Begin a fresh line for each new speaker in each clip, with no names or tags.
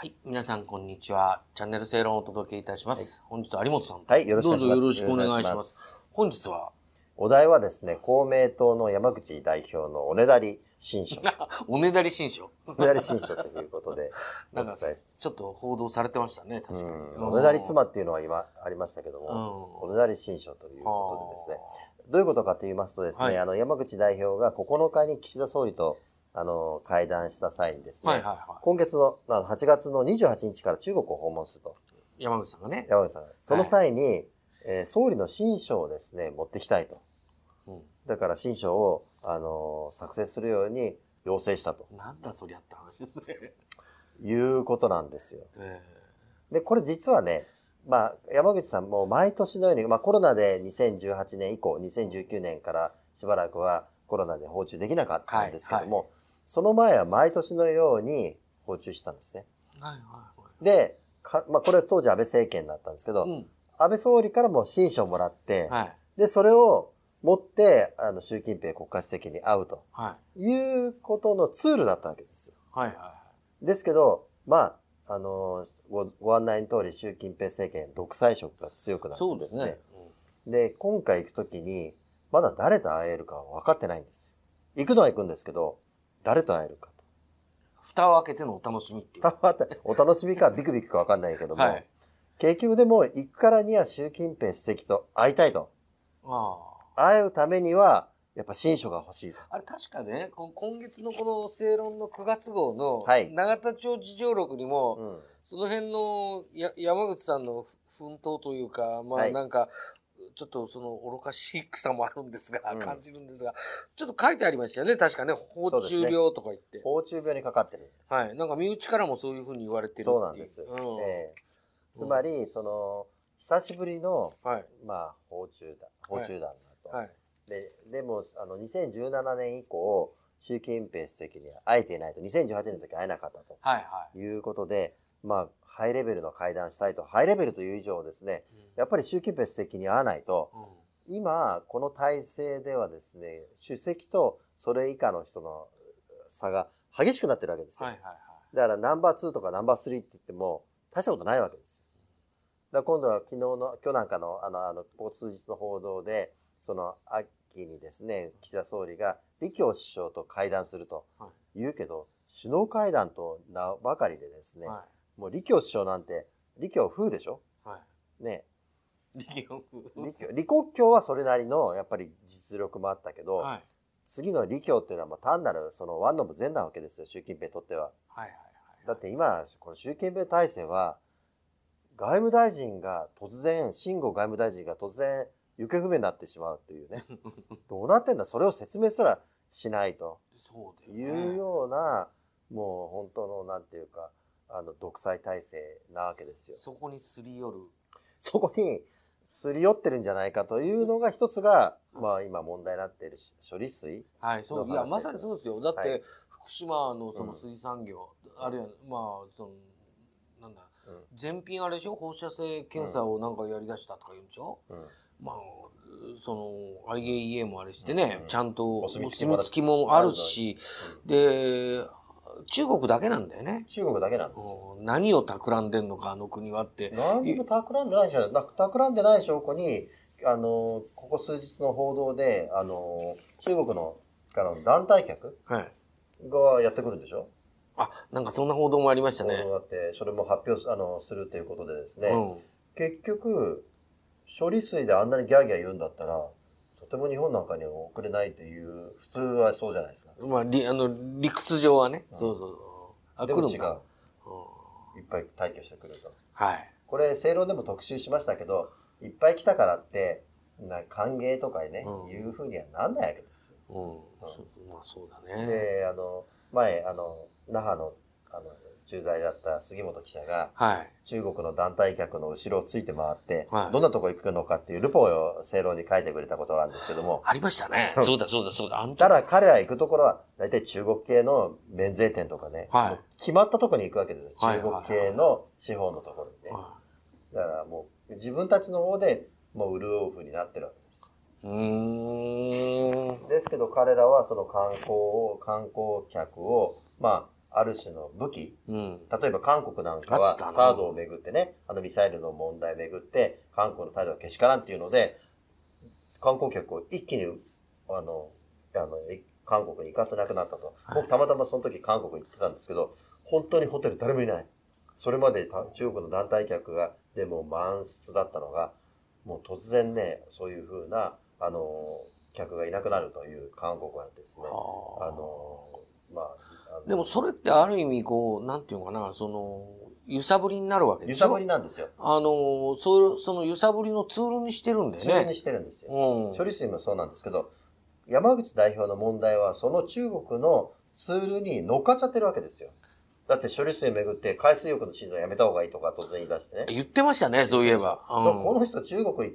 はい、皆さんこんにちは。チャンネル正論をお届けいたします。本日は有本さんと。
はい、よろしくお願いします。
どうぞよろしくお願いします。本日は
お題はですね、公明党の山口代表のおねだり新書。
おねだり新書。
おねだり新書ということで、
なんかちょっと報道されてましたね、確かに。
おねだり妻っていうのは今ありましたけども、おねだり新書ということでですね、どういうことかと言いますとですね、山口代表が9日に岸田総理と会談した際にですね、今月の8月の28日から中国を訪問すると。
山口さんがね。
山口さんが。その際に、総理の親書をですね、持ってきたいと。だから親書を、作成するように要請したと。
なんだそりゃって話ですね。
いうことなんですよ。で、これ実はね、山口さんも毎年のように、コロナで2018年以降、2019年からしばらくはコロナで訪中できなかったんですけども、その前は毎年のように訪中したんですね。で、これは当時安倍政権だったんですけど、安倍総理からも親書をもらって、で、それを持って、習近平国家主席に会うと、いうことのツールだったわけですよ。ですけど、ご案内の通り習近平政権独裁色が強くなってですね。で、今回行くときに、まだ誰と会えるか分かってないんですよ。行くのは行くんですけど、誰と会えるかと。
蓋を開けてのお楽しみっていう。
蓋を開けて、お楽しみかビクビクか分かんないけども、結局でも行くからには習近平主席と会いたいと。会うためには、やっぱ親書が欲しいと。
あれ確かね、今月のこの正論の9月号の永田町事情録にも、その辺の山口さんの奮闘というか、なんか、ちょっとその愚かしい草もあるんですが、感じるんですが、ちょっと書いてありましたよね、確かね、訪中病とか言って。
訪中病にかかってる。
はい。なんか身内からもそういうふうに言われてるっていう。
そうなんです。つまり、久しぶりの、訪中団だと。でも、2017年以降、習近平主席には会えていないと。2018年の時会えなかったと。いうことで、ハイレベルの会談したいと。ハイレベルという以上ですね、やっぱり習近平主席に会わないと、今、この体制ではですね、主席とそれ以下の人の差が激しくなってるわけですよ。だからナンバー2とかナンバー3って言っても、大したことないわけです。だから今度は今日なんかの、ここ数日の報道で、秋にですね、岸田総理が李強首相と会談すると言うけど、首脳会談と名ばかりでですね、もう李強首相なんて、李強風でしょね。李克強はそれなりの、やっぱり実力もあったけど、次の李強っていうのは単なるワンノブ善なわけですよ、習近平にとっては。だって今、この習近平体制は、外務大臣が突然、秦剛外務大臣が突然、行方不明になってしまうっていうね。どうなってんだ、それを説明すらしないと。いうような、もう本当の、なんていうか、独裁体制なわけですよ。
そこにすり寄る。
そこにすり寄ってるんじゃないかというのが一つが、今問題になっている処理水。
そう。いや、まさにそうですよ。だって、福島のその水産業、あるいは、なんだ、全品あれでしょ、放射性検査をなんかやりだしたとか言うんでしょ。IAEA もあれしてね、ちゃんとお墨付きもあるし、で、中国だけなんだよね。
中国だけなんです。
何を企んでんのか、あの国はって。
何も企んでないじゃない。企んでない証拠に、ここ数日の報道で、中国のからの団体客がやってくるんでしょ。
なんかそんな報道もありましたね。
報道だって、それも発表するということでですね、結局、処理水であんなにギャーギャー言うんだったら、とても日本なんかに送れないという、普通はそうじゃないですか。
理屈上はね。そう。
でも違う。いっぱい退去してくると。これ、正論でも特集しましたけど、いっぱい来たからって、歓迎とかね、いうふうにはなんないわけですよ。
そうだね。
で、前、那覇の、駐在だった杉本記者が、中国の団体客の後ろをついて回って、どんなとこ行くのかっていうルポを正論に書いてくれたことがあるんですけども。
ありましたね。そうだ。
ただ彼ら行くところは、大体中国系の免税店とかね、決まったところに行くわけです。中国系の資本のところにね。だからもう、自分たちの方でもう潤う風になってるわけです。ですけど彼らはその観光客を、 ある種の武器、例えば韓国なんかはサードをめぐってね、ミサイルの問題をめぐって、韓国の態度はけしからんっていうので、観光客を一気に、韓国に行かせなくなったと。僕たまたまその時韓国行ってたんですけど、本当にホテル誰もいない。それまで中国の団体客が、でも満室だったのが、もう突然ね、そういうふうな、客がいなくなるという韓国はですね、
でもそれってある意味こう、なんていうのかな、揺さぶりになるわけでしょ。
揺さぶりなんですよ。
その揺さぶりのツールにしてるんだよね。
ツールにしてるんですよ。処理水もそうなんですけど、山口代表の問題は、その中国のツールに乗っかっちゃってるわけですよ。だって処理水をめぐって海水浴のシーズンやめた方がいいとか突然言い出してね。
言ってましたね、そういえば。
この人中国行って、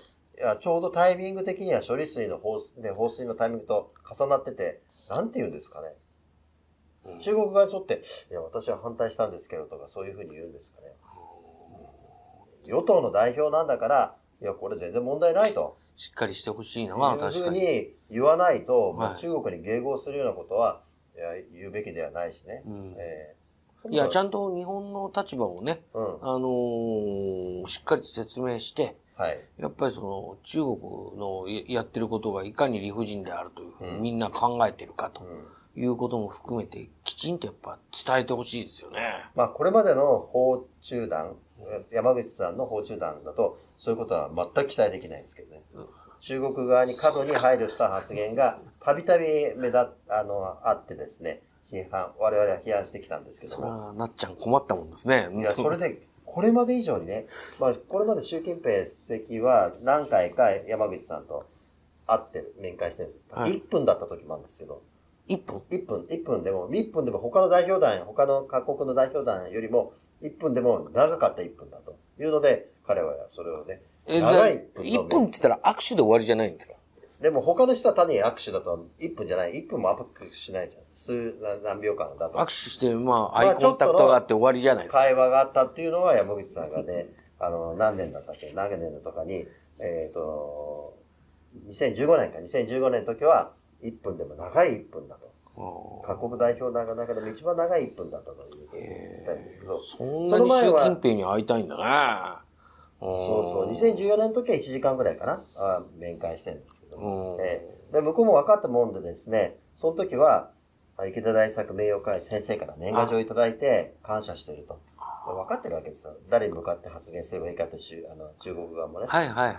いやちょうどタイミング的には処理水の放水のタイミングと重なってて、なんて言うんですかね。中国側にとって、いや、私は反対したんですけどとか、そういうふうに言うんですかね。与党の代表なんだから、いや、これ全然問題ないと。
しっかりしてほしいのは確かに。
いうふうに言わないと、中国に迎合するようなことは、言うべきではないしね。
いや、ちゃんと日本の立場をね、しっかりと説明して、やっぱり中国のやってることがいかに理不尽であるというふうにみんな考えてるかということも含めて、きちんとやっぱ伝えてほしいですよね。
これまでの訪中団、山口さんの訪中団だと、そういうことは全く期待できないですけどね。中国側に過度に配慮した発言がたびたびあってですね、我々は批判してきたんですけども。
それはなっちゃん困ったもんですね。
いや、それで、これまで以上にね、これまで習近平主席は何回か山口さんと会ってる、面会してるんです。1分だった時もあるんですけど。1分でも他の各国の代表団よりも1分でも長かった1分だというので、彼はそれをね、
長い1分って言ったら握手で終わりじゃないんですか？
でも他の人は単に握手だと1分じゃない。1分も握手しないじゃん。何秒間だと。
握手して、アイコンタクトがあって終わりじゃないですか。
会話があったっていうのは山口さんがね、何年だったっけ、何年のとかに、2015年の時は1分でも長い1分だと。各国代表団が中でも一番長い1分だったというふうに言ったんですけど。
そんなに習近平に会いたいんだね。
そう。2014年の時は1時間ぐらいかな。面会してるんですけど。で、向こうも分かったもんでですね、その時は、池田大作名誉会先生から年賀状をいただいて感謝してると。分かってるわけですよ。誰に向かって発言すればいいかって中国側もね。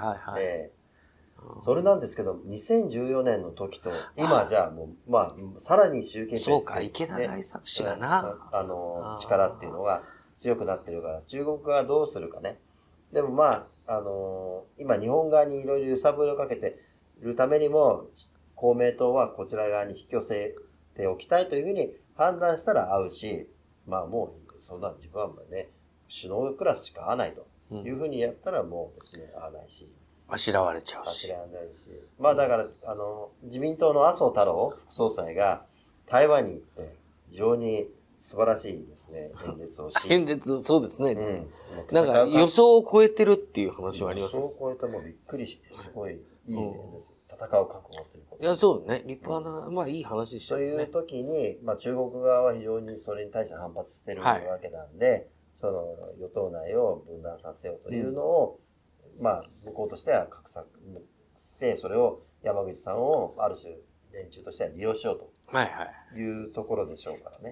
それなんですけど、2014年の時と、今じゃあもう、さらに習近平
そうか、池田大作氏がな。
力っていうのが強くなってるから、中国側どうするかね。でも今日本側にいろいろ揺さぶりをかけているためにも、公明党はこちら側に引き寄せておきたいというふうに判断したら会うし、もう、そんな自分はね、首脳クラスしか会わないというふうにやったらもうですね、会わないし。
あしらわれちゃうし。
だから、自民党の麻生太郎副総裁が台湾に行って、非常に素晴らしいですね、演説をし。
そうですね。なんか予想を超えてるっていう話はあります。
予想を超えてもびっくりして、すごいいい演説。戦う覚悟ということ。
いや、そうね。立派な、いい話でした
ね。そういう時に、中国側は非常にそれに対して反発してるわけなんで、与党内を分断させようというのを、向こうとしては画策して、それを山口さんをある種連中としては利用しようというところでしょうからね。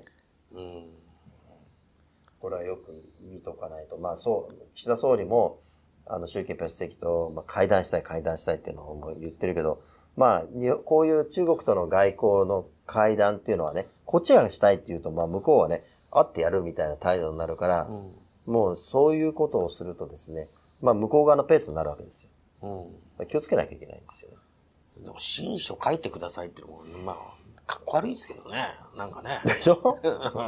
これはよく見とかないと。岸田総理も、習近平主席と会談したいっていうのを言ってるけど、こういう中国との外交の会談っていうのはね、こっちがしたいっていうと、向こうはね、会ってやるみたいな態度になるから、もうそういうことをするとですね、向こう側のペースになるわけですよ。気をつけなきゃいけないんですよね。
でも、新書書いてくださいっていうのも、かっこ悪いですけどね。なんかね。
でしょ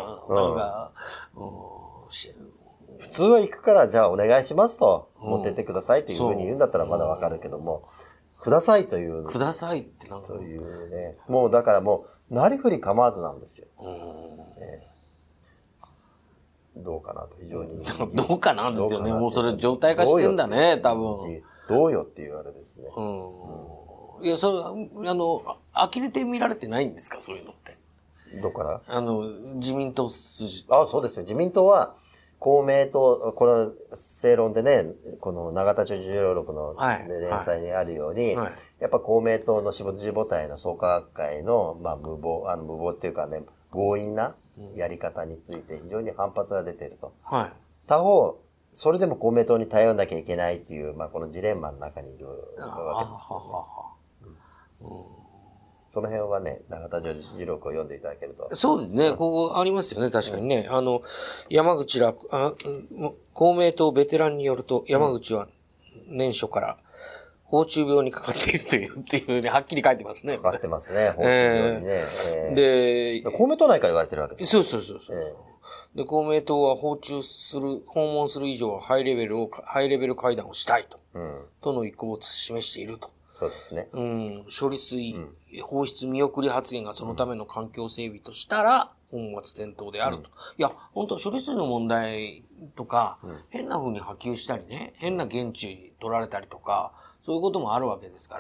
普通は行くから、じゃあお願いしますと、持ってってくださいというふうに言うんだったらまだわかるけども、くださいという。
くださいってなんか。
というね。もうだからもう、なりふり構わずなんですよ。どうかなと、非常に。
どうかなんですよね。もうそれ状態化してんだね、多分。
どうよっていうあれですね。
いや、それ、呆れて見られてないんですか、そういうのって。
どこから
自民党筋。
そうですよ。自民党は、公明党、この正論でね、この永田町次郎録の連載にあるように、やっぱ公明党の支部母体の創価学会の、無謀っていうかね、強引なやり方について非常に反発が出ていると。他方、それでも公明党に頼らなきゃいけないっていう、このジレンマの中にいるわけですよね。その辺はね、永田町次郎録を読んでいただけると。
そうですね。ここありますよね。確かにね。山口ら、公明党ベテランによると、山口は年初から訪中病にかかっているっていうね、はっきり書いてますね。
かかってますね。訪中病にね。
で、
公明党内から言われてるわけです
そう。で、公明党は訪問する以上はハイレベル会談をしたいとの意向を示していると。
そうですね。
処理水、放出見送り発言がそのための環境整備としたら、本末転倒であると。いや、本当処理水の問題とか、変な風に波及したりね、変な言質取られたりとか、そういうこともあるわけですから、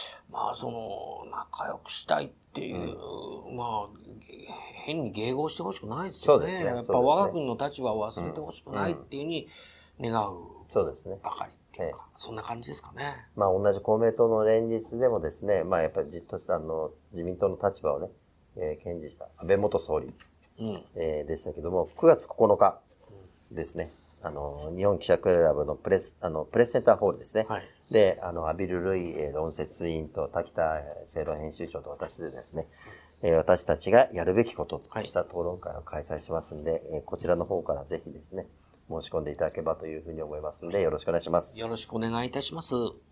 仲良くしたいっていう、変に迎合してほしくないですよね。そうですね。やっぱ我が国の立場を忘れてほしくないっていうふうに願うばかり。そんな感じですかね。
同じ公明党の連日でもですね、やっぱりじっとした自民党の立場をね、堅持した安倍元総理、でしたけども、9月9日ですね、日本記者クラブのプレスセンターホールですね。で、アビル・ルイ論説委員と滝田正論編集長と私でですね、私たちがやるべきこととした討論会を開催しますんで、こちらの方からぜひですね、申し込んでいただければというふうに思いますので、よろしくお願いします。
よろしくお願いいたします。